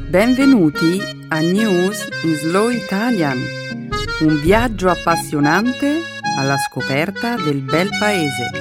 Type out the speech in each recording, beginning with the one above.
Benvenuti a News in Slow Italian, un viaggio appassionante alla scoperta del bel paese.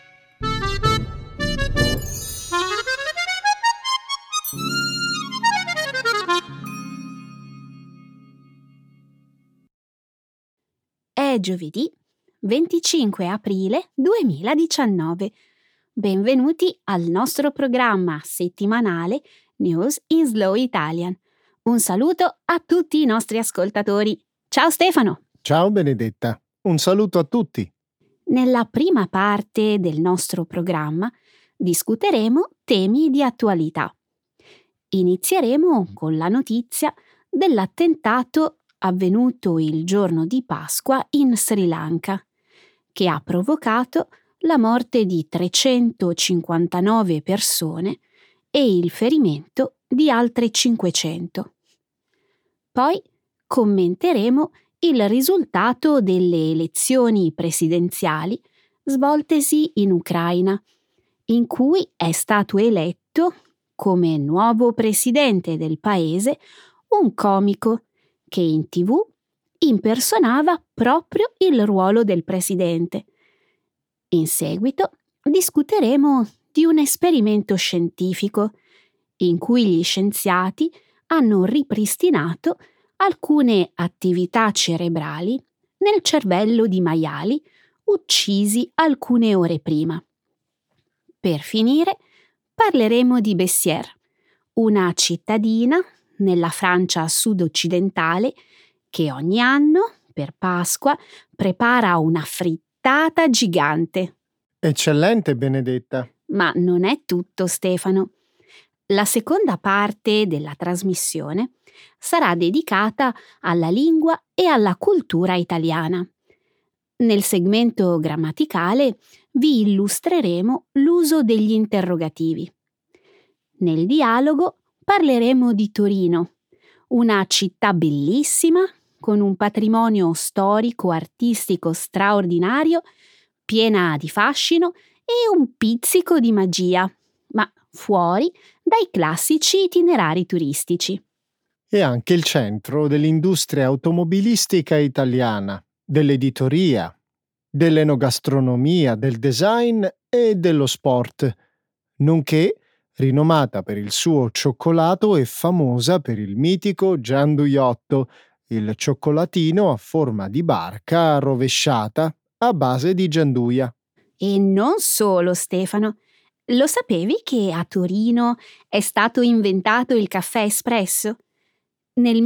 È giovedì 25 aprile 2019. Benvenuti al nostro programma settimanale News in Slow Italian. Un saluto a tutti i nostri ascoltatori. Ciao Stefano! Ciao Benedetta, un saluto a tutti. Nella prima parte del nostro programma discuteremo temi di attualità. Inizieremo con la notizia dell'attentato avvenuto il giorno di Pasqua in Sri Lanka, che ha provocato la morte di 359 persone e il ferimento di altre 500. Poi commenteremo il risultato delle elezioni presidenziali svoltesi in Ucraina, in cui è stato eletto come nuovo presidente del paese un comico che in TV impersonava proprio il ruolo del presidente. In seguito discuteremo di un esperimento scientifico in cui gli scienziati hanno ripristinato alcune attività cerebrali nel cervello di maiali uccisi alcune ore prima. Per finire, parleremo di Bessières, una cittadina nella Francia sud-occidentale che ogni anno, per Pasqua, prepara una frittata gigante. Eccellente, Benedetta. Ma non è tutto, Stefano. La seconda parte della trasmissione sarà dedicata alla lingua e alla cultura italiana. Nel segmento grammaticale vi illustreremo l'uso degli interrogativi. Nel dialogo parleremo di Torino, una città bellissima con un patrimonio storico-artistico straordinario, piena di fascino e un pizzico di magia, ma fuori dai classici itinerari turistici. È anche il centro dell'industria automobilistica italiana, dell'editoria, dell'enogastronomia, del design e dello sport, nonché rinomata per il suo cioccolato e famosa per il mitico gianduiotto, il cioccolatino a forma di barca rovesciata a base di gianduia. E non solo, Stefano. Lo sapevi che a Torino è stato inventato il caffè espresso? Nel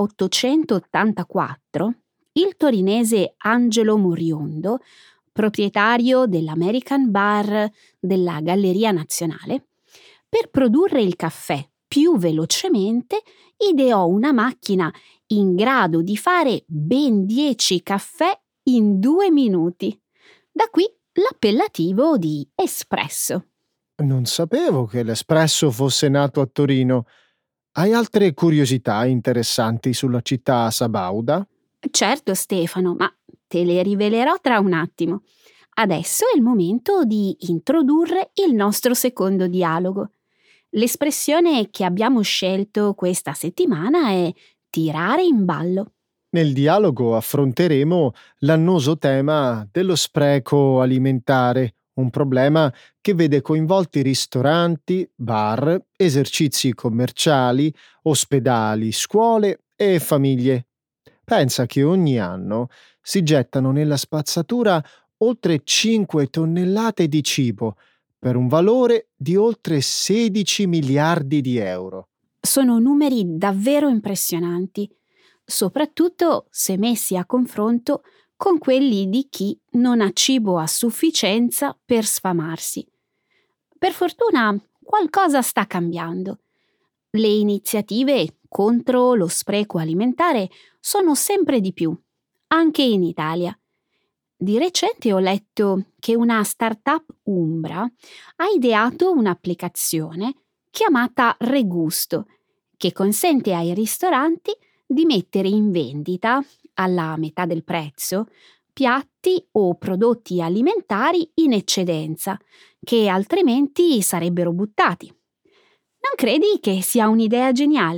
1884 il torinese Angelo Moriondo, proprietario dell'American Bar della Galleria Nazionale, per produrre il caffè più velocemente ideò una macchina in grado di fare ben 10 caffè in 2 minuti. Da qui l'appellativo di espresso. Non sapevo che l'espresso fosse nato a Torino. Hai altre curiosità interessanti sulla città sabauda? Certo, Stefano, ma te le rivelerò tra un attimo. Adesso è il momento di introdurre il nostro secondo dialogo. L'espressione che abbiamo scelto questa settimana è tirare in ballo. Nel dialogo affronteremo l'annoso tema dello spreco alimentare, un problema che vede coinvolti ristoranti, bar, esercizi commerciali, ospedali, scuole e famiglie. Pensa che ogni anno si gettano nella spazzatura oltre 5 tonnellate di cibo, per un valore di oltre 16 miliardi di euro. Sono numeri davvero impressionanti, soprattutto se messi a confronto con quelli di chi non ha cibo a sufficienza per sfamarsi. Per fortuna qualcosa sta cambiando. Le iniziative contro lo spreco alimentare sono sempre di più, anche in Italia. Di recente ho letto che una startup umbra ha ideato un'applicazione chiamata Regusto, che consente ai ristoranti di mettere in vendita, alla metà del prezzo, piatti o prodotti alimentari in eccedenza, che altrimenti sarebbero buttati. Non credi che sia un'idea geniale?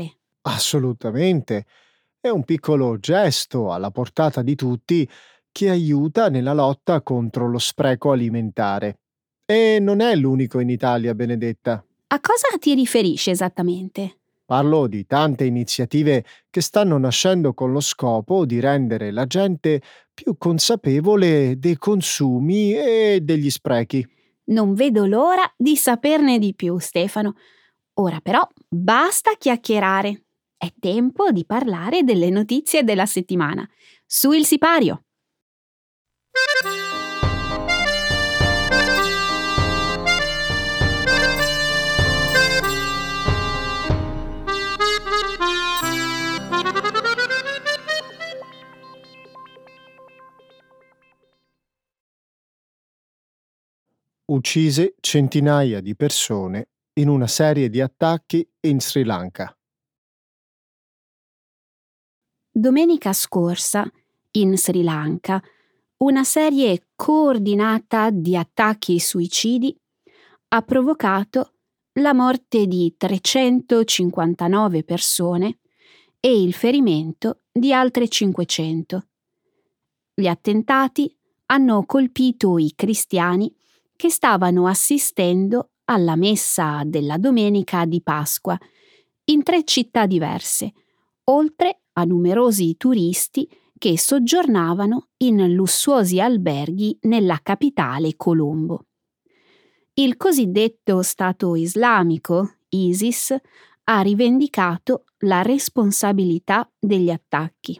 Assolutamente. È un piccolo gesto alla portata di tutti che aiuta nella lotta contro lo spreco alimentare. E non è l'unico in Italia, Benedetta. A cosa ti riferisci esattamente? Parlo di tante iniziative che stanno nascendo con lo scopo di rendere la gente più consapevole dei consumi e degli sprechi. Non vedo l'ora di saperne di più, Stefano. Ora però basta chiacchierare. È tempo di parlare delle notizie della settimana. Su il sipario! Uccise centinaia di persone in una serie di attacchi in Sri Lanka. Domenica scorsa, in Sri Lanka, una serie coordinata di attacchi suicidi ha provocato la morte di 359 persone e il ferimento di altre 500. Gli attentati hanno colpito i cristiani che stavano assistendo alla messa della domenica di Pasqua in 3 città diverse, oltre a numerosi turisti che soggiornavano in lussuosi alberghi nella capitale Colombo. Il cosiddetto Stato islamico, ISIS, ha rivendicato la responsabilità degli attacchi.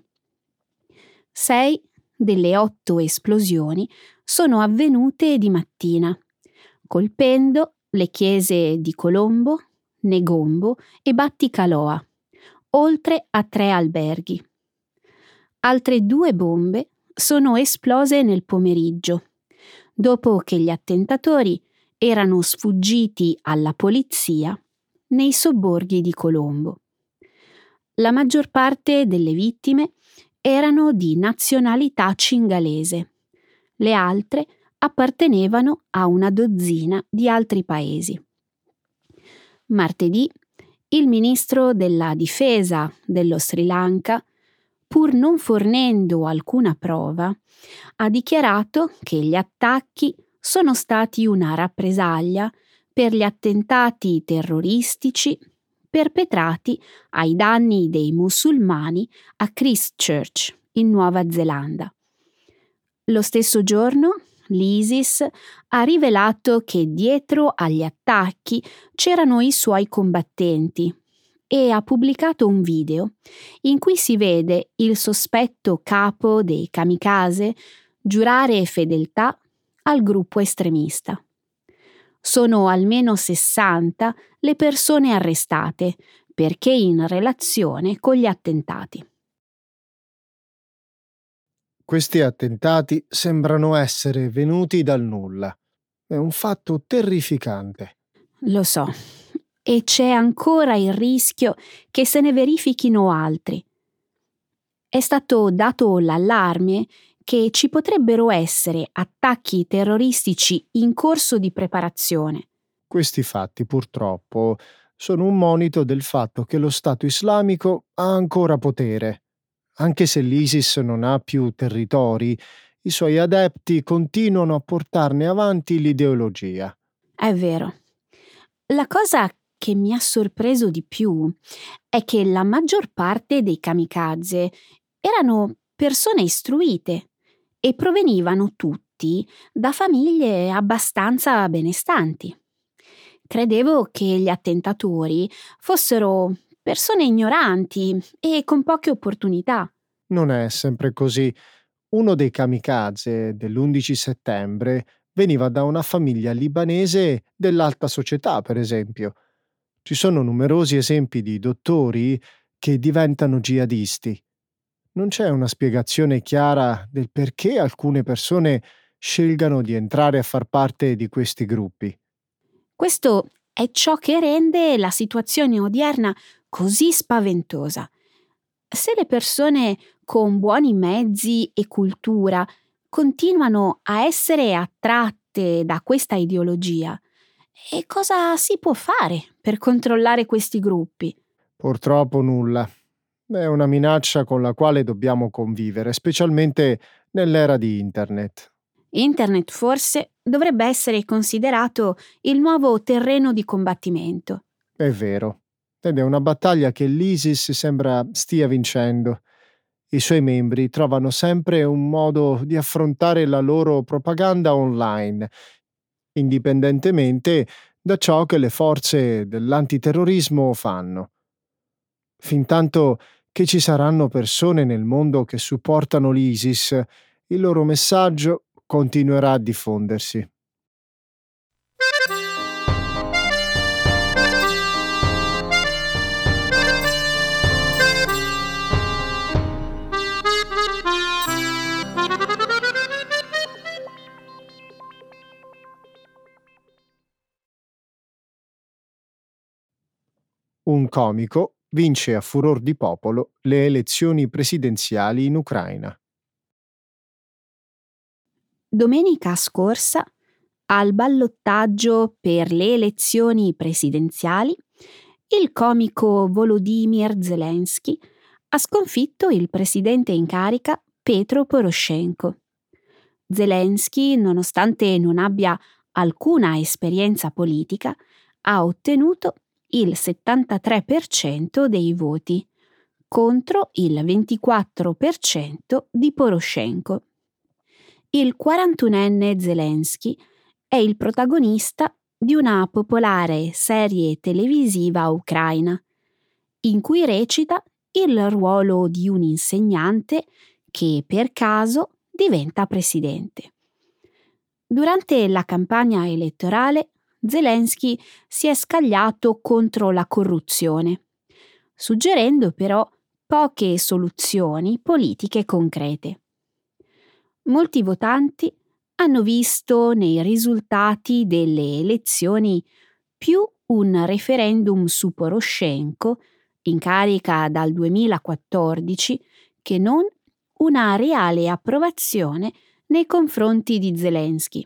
6 delle 8 esplosioni sono avvenute di mattina, colpendo le chiese di Colombo, Negombo e Batticaloa, oltre a 3 alberghi. Altre 2 bombe sono esplose nel pomeriggio, dopo che gli attentatori erano sfuggiti alla polizia nei sobborghi di Colombo. La maggior parte delle vittime erano di nazionalità cingalese. Le altre appartenevano a una dozzina di altri paesi. Martedì, il ministro della difesa dello Sri Lanka, pur non fornendo alcuna prova, ha dichiarato che gli attacchi sono stati una rappresaglia per gli attentati terroristici perpetrati ai danni dei musulmani a Christchurch, in Nuova Zelanda. Lo stesso giorno, l'ISIS ha rivelato che dietro agli attacchi c'erano i suoi combattenti e ha pubblicato un video in cui si vede il sospetto capo dei kamikaze giurare fedeltà al gruppo estremista. Sono almeno 60 le persone arrestate perché in relazione con gli attentati. Questi attentati sembrano essere venuti dal nulla. È un fatto terrificante. Lo so, e c'è ancora il rischio che se ne verifichino altri. È stato dato l'allarme che ci potrebbero essere attacchi terroristici in corso di preparazione. Questi fatti, purtroppo, sono un monito del fatto che lo Stato islamico ha ancora potere. Anche se l'ISIS non ha più territori, i suoi adepti continuano a portarne avanti l'ideologia. È vero. La cosa che mi ha sorpreso di più è che la maggior parte dei kamikaze erano persone istruite e provenivano tutti da famiglie abbastanza benestanti. Credevo che gli attentatori fossero persone ignoranti e con poche opportunità. Non è sempre così. Uno dei kamikaze dell'11 settembre veniva da una famiglia libanese dell'alta società, per esempio. Ci sono numerosi esempi di dottori che diventano jihadisti. Non c'è una spiegazione chiara del perché alcune persone scelgano di entrare a far parte di questi gruppi. Questo è ciò che rende la situazione odierna così spaventosa. Se le persone con buoni mezzi e cultura continuano a essere attratte da questa ideologia, e cosa si può fare per controllare questi gruppi? Purtroppo nulla. È una minaccia con la quale dobbiamo convivere, specialmente nell'era di Internet. Internet forse dovrebbe essere considerato il nuovo terreno di combattimento. È vero. Ed è una battaglia che l'ISIS sembra stia vincendo. I suoi membri trovano sempre un modo di affrontare la loro propaganda online, indipendentemente da ciò che le forze dell'antiterrorismo fanno. Fintanto che ci saranno persone nel mondo che supportano l'ISIS, il loro messaggio continuerà a diffondersi. Un comico vince a furor di popolo le elezioni presidenziali in Ucraina. Domenica scorsa, al ballottaggio per le elezioni presidenziali, il comico Volodymyr Zelensky ha sconfitto il presidente in carica Petro Poroshenko. Zelensky, nonostante non abbia alcuna esperienza politica, ha ottenuto il 73% dei voti, contro il 24% di Poroshenko. Il 41enne Zelensky è il protagonista di una popolare serie televisiva ucraina, in cui recita il ruolo di un insegnante che per caso diventa presidente. Durante la campagna elettorale, Zelensky si è scagliato contro la corruzione, suggerendo però poche soluzioni politiche concrete. Molti votanti hanno visto nei risultati delle elezioni più un referendum su Poroshenko, in carica dal 2014, che non una reale approvazione nei confronti di Zelensky.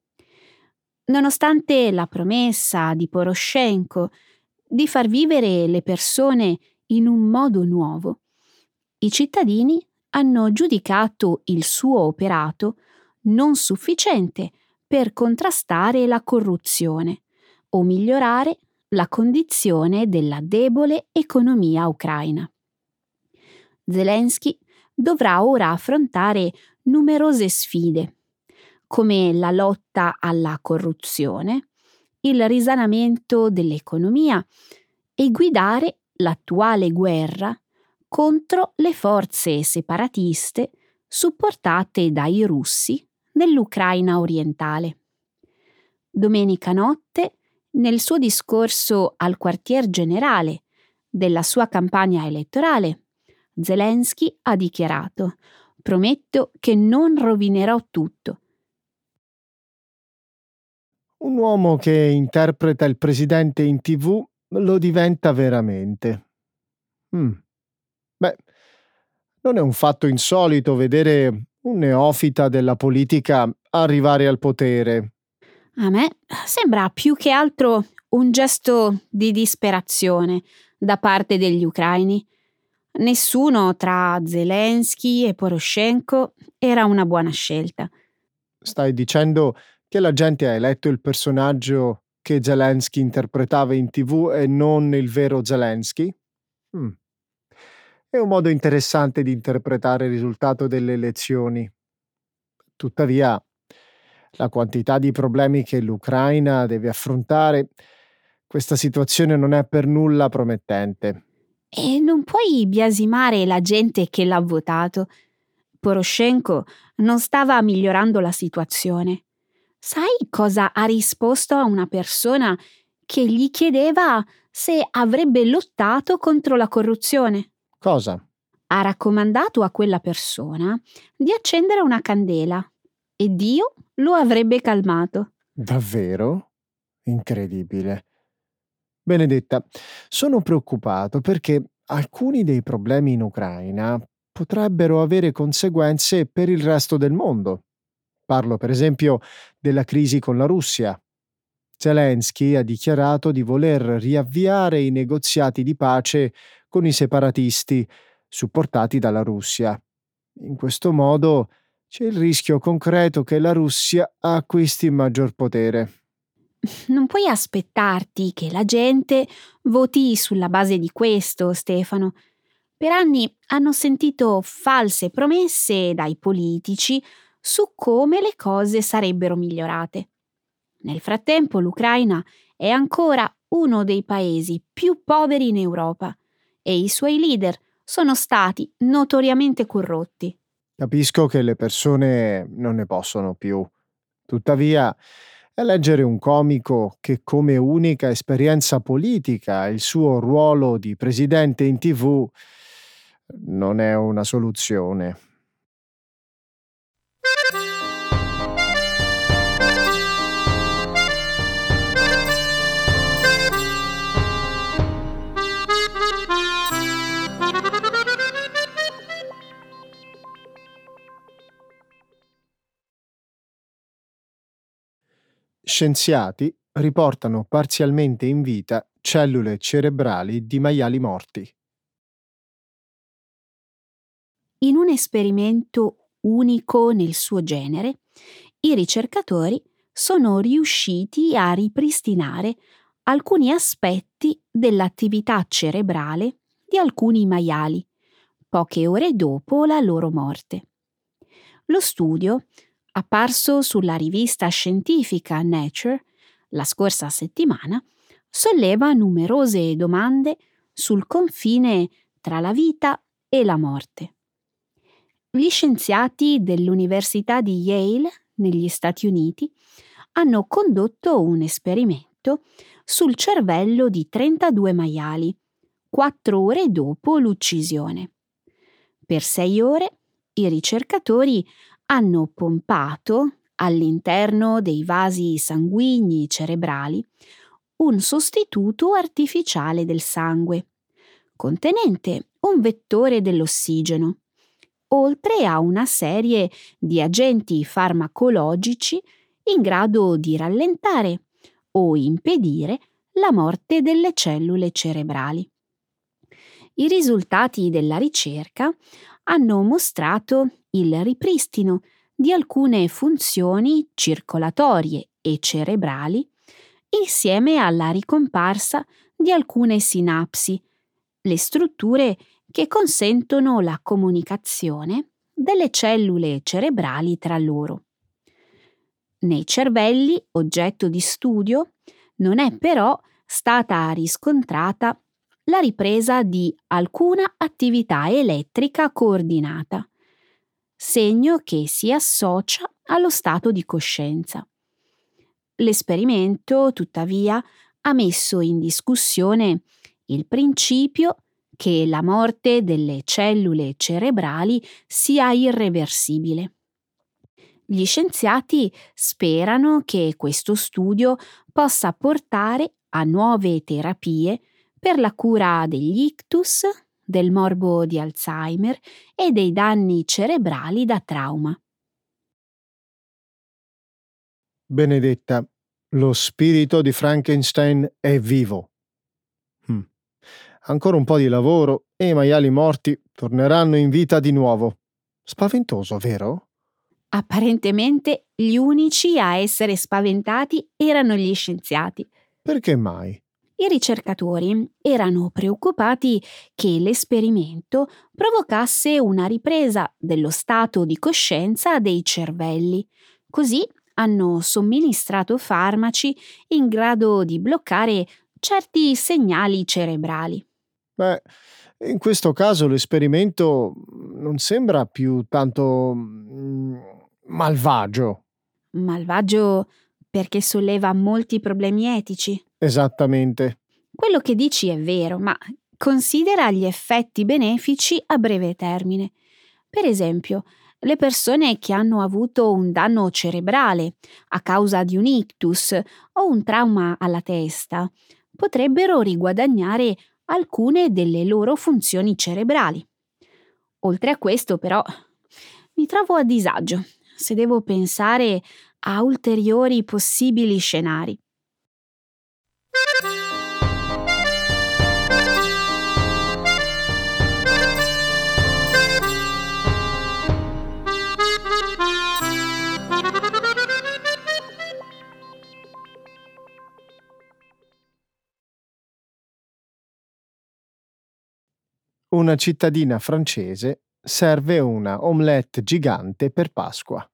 Nonostante la promessa di Poroshenko di far vivere le persone in un modo nuovo, i cittadini hanno giudicato il suo operato non sufficiente per contrastare la corruzione o migliorare la condizione della debole economia ucraina. Zelensky dovrà ora affrontare numerose sfide, come la lotta alla corruzione, il risanamento dell'economia e guidare l'attuale guerra contro le forze separatiste supportate dai russi nell'Ucraina orientale. Domenica notte, nel suo discorso al quartier generale della sua campagna elettorale, Zelensky ha dichiarato: «Prometto che non rovinerò tutto». Un uomo che interpreta il presidente in TV lo diventa veramente. Beh, non è un fatto insolito vedere un neofita della politica arrivare al potere. A me sembra più che altro un gesto di disperazione da parte degli ucraini. Nessuno tra Zelensky e Poroshenko era una buona scelta. Stai dicendo che la gente ha eletto il personaggio che Zelensky interpretava in TV e non il vero Zelensky? Mm. È un modo interessante di interpretare il risultato delle elezioni. Tuttavia, la quantità di problemi che l'Ucraina deve affrontare, questa situazione non è per nulla promettente. E non puoi biasimare la gente che l'ha votato. Poroshenko non stava migliorando la situazione. Sai cosa ha risposto a una persona che gli chiedeva se avrebbe lottato contro la corruzione? Cosa? Ha raccomandato a quella persona di accendere una candela e Dio lo avrebbe calmato. Davvero? Incredibile. Benedetta, sono preoccupato perché alcuni dei problemi in Ucraina potrebbero avere conseguenze per il resto del mondo. Parlo per esempio della crisi con la Russia. Zelensky ha dichiarato di voler riavviare i negoziati di pace con i separatisti, supportati dalla Russia. In questo modo c'è il rischio concreto che la Russia acquisti maggior potere. Non puoi aspettarti che la gente voti sulla base di questo, Stefano. Per anni hanno sentito false promesse dai politici su come le cose sarebbero migliorate. Nel frattempo l'Ucraina è ancora uno dei paesi più poveri in Europa e i suoi leader sono stati notoriamente corrotti. Capisco che le persone non ne possono più. Tuttavia, eleggere un comico che come unica esperienza politica ha il suo ruolo di presidente in TV non è una soluzione. Scienziati riportano parzialmente in vita cellule cerebrali di maiali morti. In un esperimento unico nel suo genere, i ricercatori sono riusciti a ripristinare alcuni aspetti dell'attività cerebrale di alcuni maiali, poche ore dopo la loro morte. Lo studio, apparso sulla rivista scientifica Nature la scorsa settimana, solleva numerose domande sul confine tra la vita e la morte. Gli scienziati dell'Università di Yale, negli Stati Uniti, hanno condotto un esperimento sul cervello di 32 maiali, 4 ore dopo l'uccisione. Per 6 ore i ricercatori hanno pompato all'interno dei vasi sanguigni cerebrali un sostituto artificiale del sangue, contenente un vettore dell'ossigeno, oltre a una serie di agenti farmacologici in grado di rallentare o impedire la morte delle cellule cerebrali. I risultati della ricerca hanno mostrato il ripristino di alcune funzioni circolatorie e cerebrali insieme alla ricomparsa di alcune sinapsi, le strutture che consentono la comunicazione delle cellule cerebrali tra loro. Nei cervelli oggetto di studio non è però stata riscontrata la ripresa di alcuna attività elettrica coordinata, segno che si associa allo stato di coscienza. L'esperimento, tuttavia, ha messo in discussione il principio che la morte delle cellule cerebrali sia irreversibile. Gli scienziati sperano che questo studio possa portare a nuove terapie per la cura degli ictus, del morbo di Alzheimer e dei danni cerebrali da trauma. Benedetta, lo spirito di Frankenstein è vivo. Ancora un po' di lavoro e i maiali morti torneranno in vita di nuovo. Spaventoso, vero? Apparentemente gli unici a essere spaventati erano gli scienziati. Perché mai? I ricercatori erano preoccupati che l'esperimento provocasse una ripresa dello stato di coscienza dei cervelli. Così hanno somministrato farmaci in grado di bloccare certi segnali cerebrali. Beh, in questo caso l'esperimento non sembra più tanto malvagio. Malvagio perché solleva molti problemi etici. Esattamente. Quello che dici è vero, ma considera gli effetti benefici a breve termine. Per esempio, le persone che hanno avuto un danno cerebrale a causa di un ictus o un trauma alla testa potrebbero riguadagnare alcune delle loro funzioni cerebrali. Oltre a questo, però, mi trovo a disagio se devo pensare a ulteriori possibili scenari. Una cittadina francese serve una omelette gigante per Pasqua.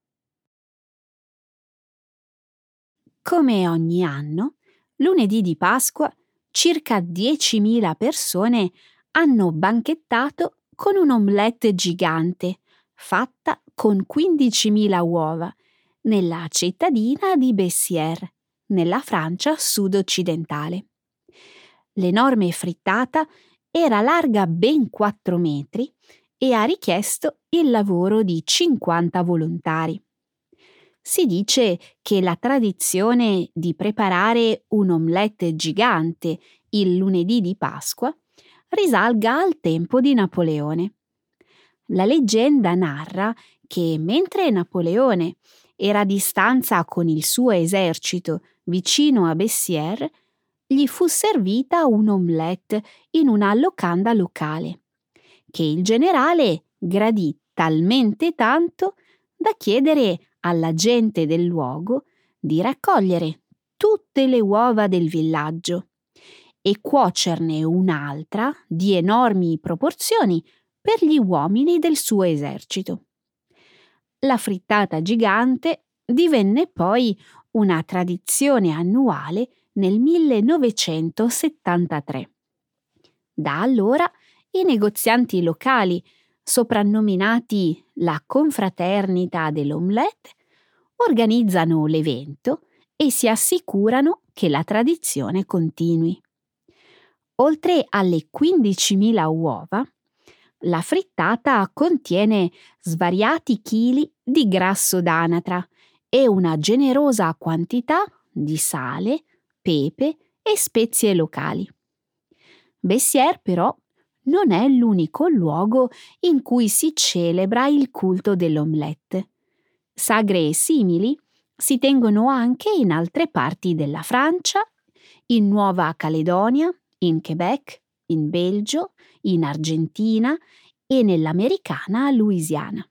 Come ogni anno, lunedì di Pasqua, circa 10.000 persone hanno banchettato con un'omelette gigante fatta con 15.000 uova nella cittadina di Bessières, nella Francia sud-occidentale. L'enorme frittata era larga ben 4 metri e ha richiesto il lavoro di 50 volontari. Si dice che la tradizione di preparare un'omelette gigante il lunedì di Pasqua risalga al tempo di Napoleone. La leggenda narra che mentre Napoleone era a distanza con il suo esercito vicino a Bessières, gli fu servita un'omelette in una locanda locale, che il generale gradì talmente tanto da chiedere alla gente del luogo di raccogliere tutte le uova del villaggio e cuocerne un'altra di enormi proporzioni per gli uomini del suo esercito. La frittata gigante divenne poi una tradizione annuale nel 1973. Da allora i negozianti locali, soprannominati la Confraternita dell'Omelette, organizzano l'evento e si assicurano che la tradizione continui. Oltre alle 15.000 uova, la frittata contiene svariati chili di grasso d'anatra e una generosa quantità di sale, pepe e spezie locali. Bessières, però, non è l'unico luogo in cui si celebra il culto dell'omelette. Sagre simili si tengono anche in altre parti della Francia, in Nuova Caledonia, in Quebec, in Belgio, in Argentina e nell'americana Louisiana.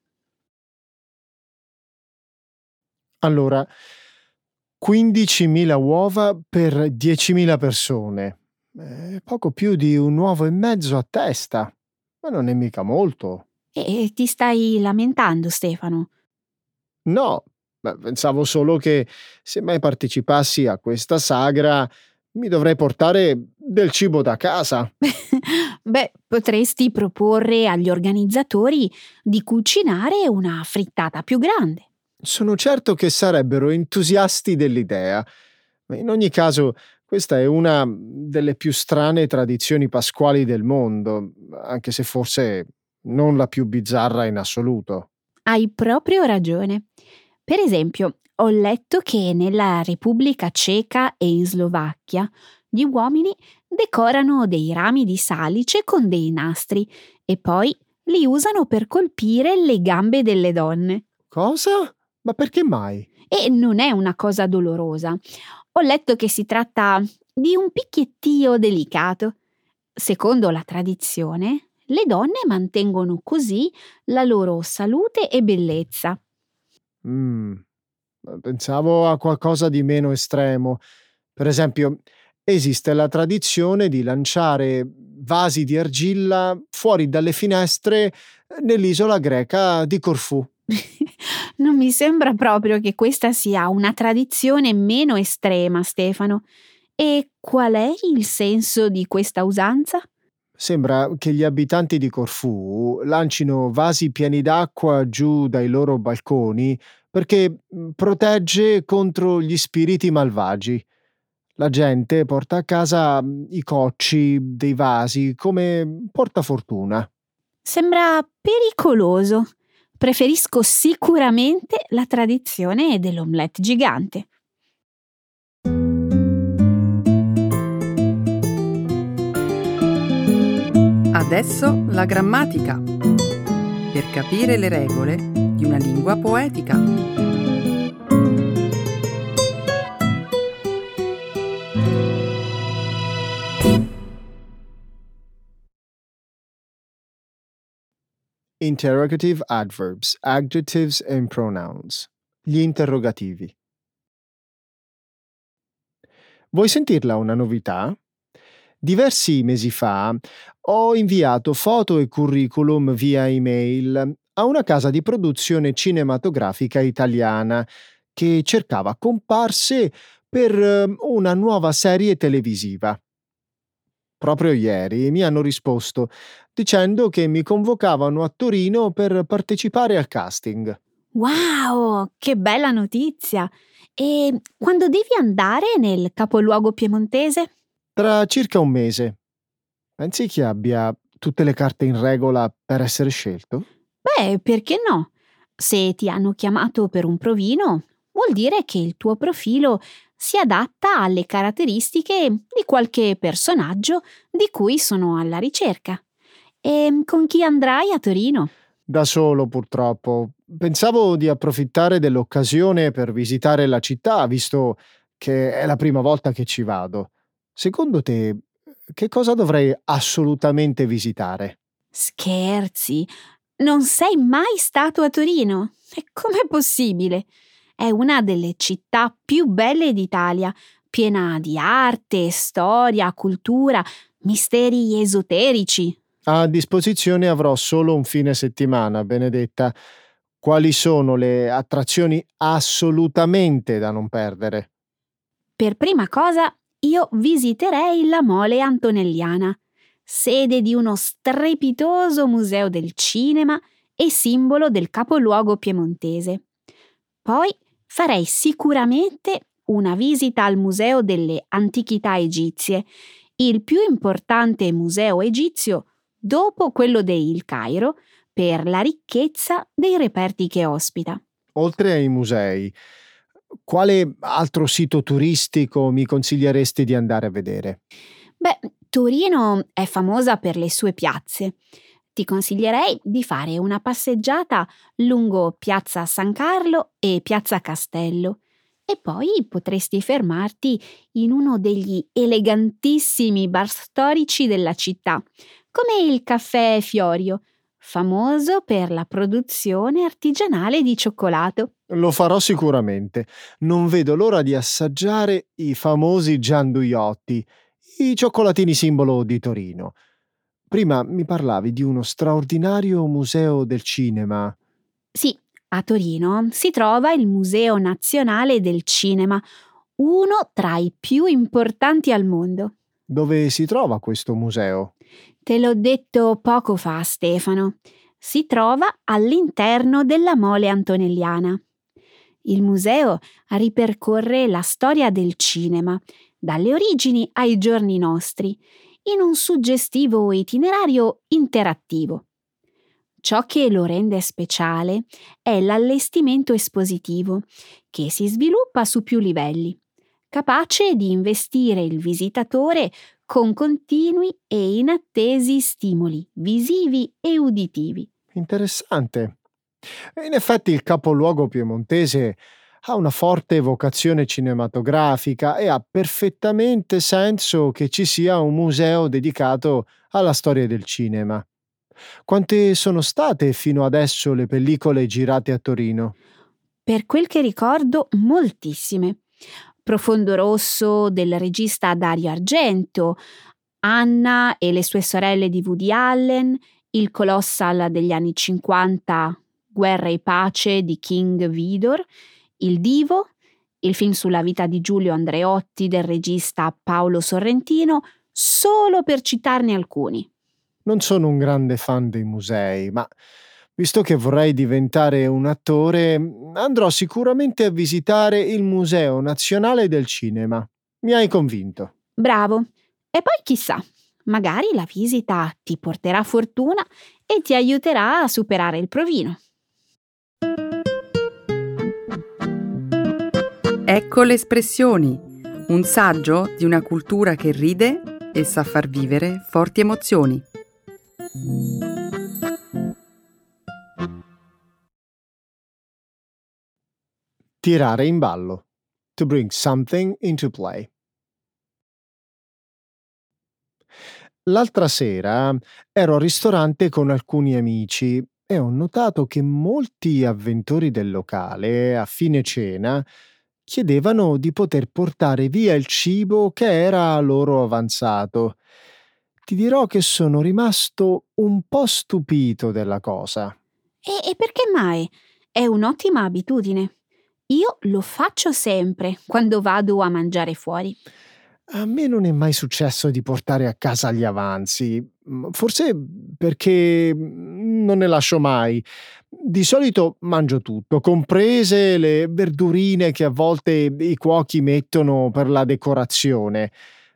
Allora, 15.000 uova per 10.000 persone. Poco più di un uovo e mezzo a testa. Ma non è mica molto. E ti stai lamentando, Stefano? No, pensavo solo che se mai partecipassi a questa sagra mi dovrei portare del cibo da casa. Beh, potresti proporre agli organizzatori di cucinare una frittata più grande. Sono certo che sarebbero entusiasti dell'idea. Ma in ogni caso, questa è una delle più strane tradizioni pasquali del mondo, anche se forse non la più bizzarra in assoluto. Hai proprio ragione. Per esempio, ho letto che nella Repubblica Ceca e in Slovacchia gli uomini decorano dei rami di salice con dei nastri e poi li usano per colpire le gambe delle donne. Cosa? Ma perché mai? E non è una cosa dolorosa. Ho letto che si tratta di un picchiettio delicato. Secondo la tradizione, le donne mantengono così la loro salute e bellezza. Pensavo a qualcosa di meno estremo. Per esempio, esiste la tradizione di lanciare vasi di argilla fuori dalle finestre nell'isola greca di Corfù. Non mi sembra proprio che questa sia una tradizione meno estrema, Stefano. E qual è il senso di questa usanza? Sembra che gli abitanti di Corfù lancino vasi pieni d'acqua giù dai loro balconi perché protegge contro gli spiriti malvagi. La gente porta a casa i cocci dei vasi come portafortuna. Sembra pericoloso. Preferisco sicuramente la tradizione dell'omelette gigante. Adesso la grammatica. Per capire le regole di una lingua poetica. Interrogative adverbs, adjectives and pronouns. Gli interrogativi. Vuoi sentirla una novità? Diversi mesi fa ho inviato foto e curriculum via email a una casa di produzione cinematografica italiana che cercava comparse per una nuova serie televisiva. Proprio ieri mi hanno risposto dicendo che mi convocavano a Torino per partecipare al casting. Wow, che bella notizia! E quando devi andare nel capoluogo piemontese? Tra circa un mese. Pensi che abbia tutte le carte in regola per essere scelto? Beh, perché no? Se ti hanno chiamato per un provino, vuol dire che il tuo profilo si adatta alle caratteristiche di qualche personaggio di cui sono alla ricerca. E con chi andrai a Torino? Da solo, purtroppo. Pensavo di approfittare dell'occasione per visitare la città, visto che è la prima volta che ci vado. Secondo te, che cosa dovrei assolutamente visitare? Scherzi? Non sei mai stato a Torino? E com'è possibile? È una delle città più belle d'Italia, piena di arte, storia, cultura, misteri esoterici. A disposizione avrò solo un fine settimana, Benedetta. Quali sono le attrazioni assolutamente da non perdere? Per prima cosa, io visiterei la Mole Antonelliana, sede di uno strepitoso museo del cinema e simbolo del capoluogo piemontese. Poi farei sicuramente una visita al Museo delle Antichità Egizie, il più importante museo egizio dopo quello del Cairo, per la ricchezza dei reperti che ospita. Oltre ai musei, quale altro sito turistico mi consiglieresti di andare a vedere? Beh, Torino è famosa per le sue piazze. Ti consiglierei di fare una passeggiata lungo Piazza San Carlo e Piazza Castello e poi potresti fermarti in uno degli elegantissimi bar storici della città, come il Caffè Fiorio, famoso per la produzione artigianale di cioccolato. Lo farò sicuramente. Non vedo l'ora di assaggiare i famosi gianduiotti, i cioccolatini simbolo di Torino. Prima mi parlavi di uno straordinario museo del cinema. Sì, a Torino si trova il Museo Nazionale del Cinema, uno tra i più importanti al mondo. Dove si trova questo museo? Te l'ho detto poco fa, Stefano. Si trova all'interno della Mole Antonelliana. Il museo ripercorre la storia del cinema, dalle origini ai giorni nostri, in un suggestivo itinerario interattivo. Ciò che lo rende speciale è l'allestimento espositivo, che si sviluppa su più livelli, capace di investire il visitatore con continui e inattesi stimoli visivi e uditivi. Interessante. In effetti il capoluogo piemontese ha una forte vocazione cinematografica e ha perfettamente senso che ci sia un museo dedicato alla storia del cinema. Quante sono state fino adesso le pellicole girate a Torino? Per quel che ricordo, moltissime. Profondo Rosso del regista Dario Argento, Anna e le sue sorelle di Woody Allen, il Colossal degli anni 50, Guerra e pace di King Vidor, Il Divo, il film sulla vita di Giulio Andreotti del regista Paolo Sorrentino, solo per citarne alcuni. Non sono un grande fan dei musei, ma visto che vorrei diventare un attore, andrò sicuramente a visitare il Museo Nazionale del Cinema. Mi hai convinto. Bravo! E poi chissà, magari la visita ti porterà fortuna e ti aiuterà a superare il provino. Ecco le espressioni, un saggio di una cultura che ride e sa far vivere forti emozioni. Tirare in ballo. To bring something into play. L'altra sera ero al ristorante con alcuni amici e ho notato che molti avventori del locale, a fine cena, chiedevano di poter portare via il cibo che era loro avanzato. Ti dirò che sono rimasto un po' stupito della cosa. E perché mai? È un'ottima abitudine. Io lo faccio sempre quando vado a mangiare fuori. A me non è mai successo di portare a casa gli avanzi, forse perché non ne lascio mai. Di solito mangio tutto, comprese le verdurine che a volte i cuochi mettono per la decorazione.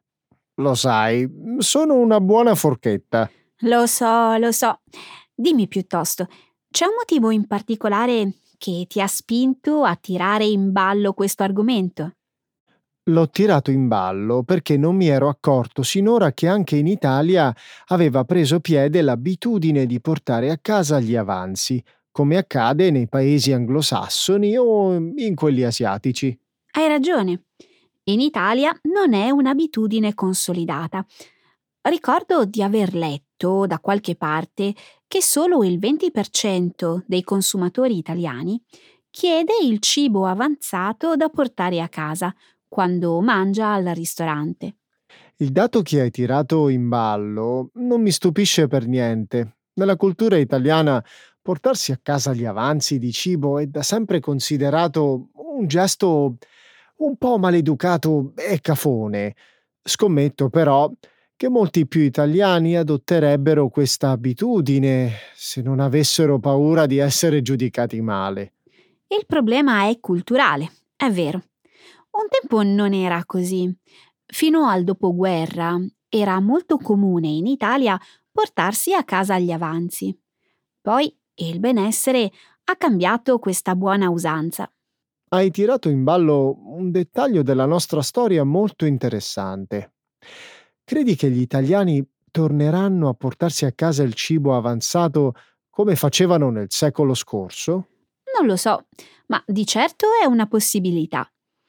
Lo sai, sono una buona forchetta. Lo so, lo so. Dimmi piuttosto, c'è un motivo in particolare che ti ha spinto a tirare in ballo questo argomento? L'ho tirato in ballo perché non mi ero accorto sinora che anche in Italia aveva preso piede l'abitudine di portare a casa gli avanzi, come accade nei paesi anglosassoni o in quelli asiatici. Hai ragione. In Italia non è un'abitudine consolidata. Ricordo di aver letto da qualche parte che solo il 20% dei consumatori italiani chiede il cibo avanzato da portare a casa quando mangia al ristorante. Il dato che hai tirato in ballo non mi stupisce per niente. Nella cultura italiana portarsi a casa gli avanzi di cibo è da sempre considerato un gesto un po' maleducato e cafone. Scommetto però che molti più italiani adotterebbero questa abitudine se non avessero paura di essere giudicati male. Il problema è culturale, è vero. Un tempo non era così. Fino al dopoguerra era molto comune in Italia portarsi a casa gli avanzi. Poi il benessere ha cambiato questa buona usanza. Hai tirato in ballo un dettaglio della nostra storia molto interessante. Credi che gli italiani torneranno a portarsi a casa il cibo avanzato come facevano nel secolo scorso? Non lo so, ma di certo è una possibilità.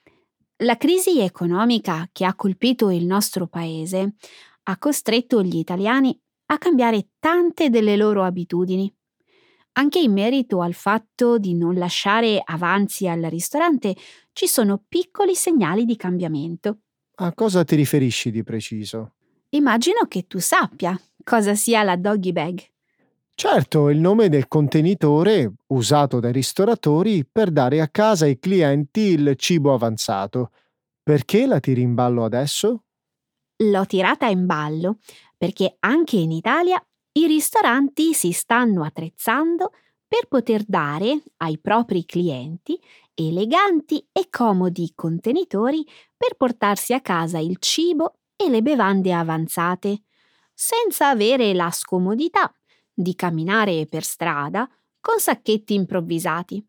La crisi economica che ha colpito il nostro paese ha costretto gli italiani a cambiare tante delle loro abitudini. Anche in merito al fatto di non lasciare avanzi al ristorante ci sono piccoli segnali di cambiamento. A cosa ti riferisci di preciso? Immagino che tu sappia cosa sia la doggy bag. Certo, è il nome del contenitore usato dai ristoratori per dare a casa ai clienti il cibo avanzato. Perché la tiri in ballo adesso? L'ho tirata in ballo perché anche in Italia i ristoranti si stanno attrezzando per poter dare ai propri clienti eleganti e comodi contenitori per portarsi a casa il cibo e le bevande avanzate, senza avere la scomodità di camminare per strada con sacchetti improvvisati.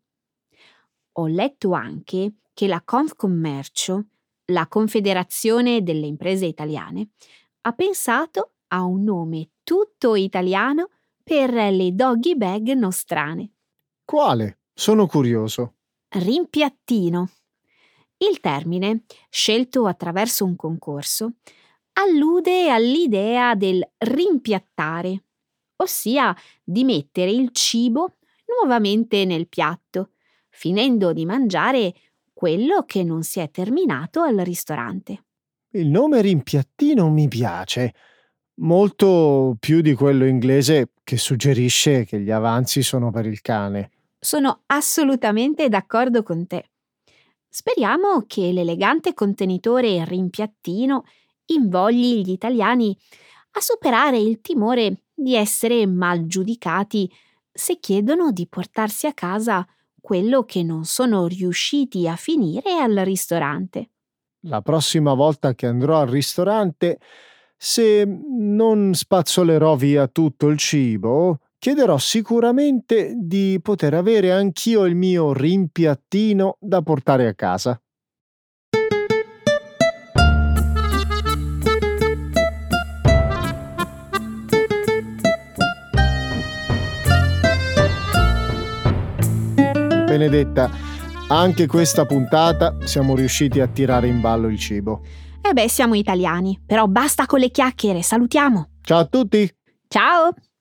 Ho letto anche che la Confcommercio, la Confederazione delle Imprese Italiane, ha pensato a un nome tutto italiano per le doggy bag nostrane. Quale? Sono curioso. Rimpiattino. Il termine, scelto attraverso un concorso, allude all'idea del rimpiattare, ossia di mettere il cibo nuovamente nel piatto, finendo di mangiare quello che non si è terminato al ristorante. Il nome rimpiattino mi piace, molto più di quello inglese che suggerisce che gli avanzi sono per il cane. Sono assolutamente d'accordo con te. Speriamo che l'elegante contenitore rimpiattino invogli gli italiani a superare il timore di essere mal giudicati se chiedono di portarsi a casa quello che non sono riusciti a finire al ristorante. La prossima volta che andrò al ristorante, se non spazzolerò via tutto il cibo, chiederò sicuramente di poter avere anch'io il mio rimpiattino da portare a casa. Benedetta, anche questa puntata siamo riusciti a tirare in ballo il cibo. Siamo italiani, però basta con le chiacchiere, salutiamo. Ciao a tutti! Ciao!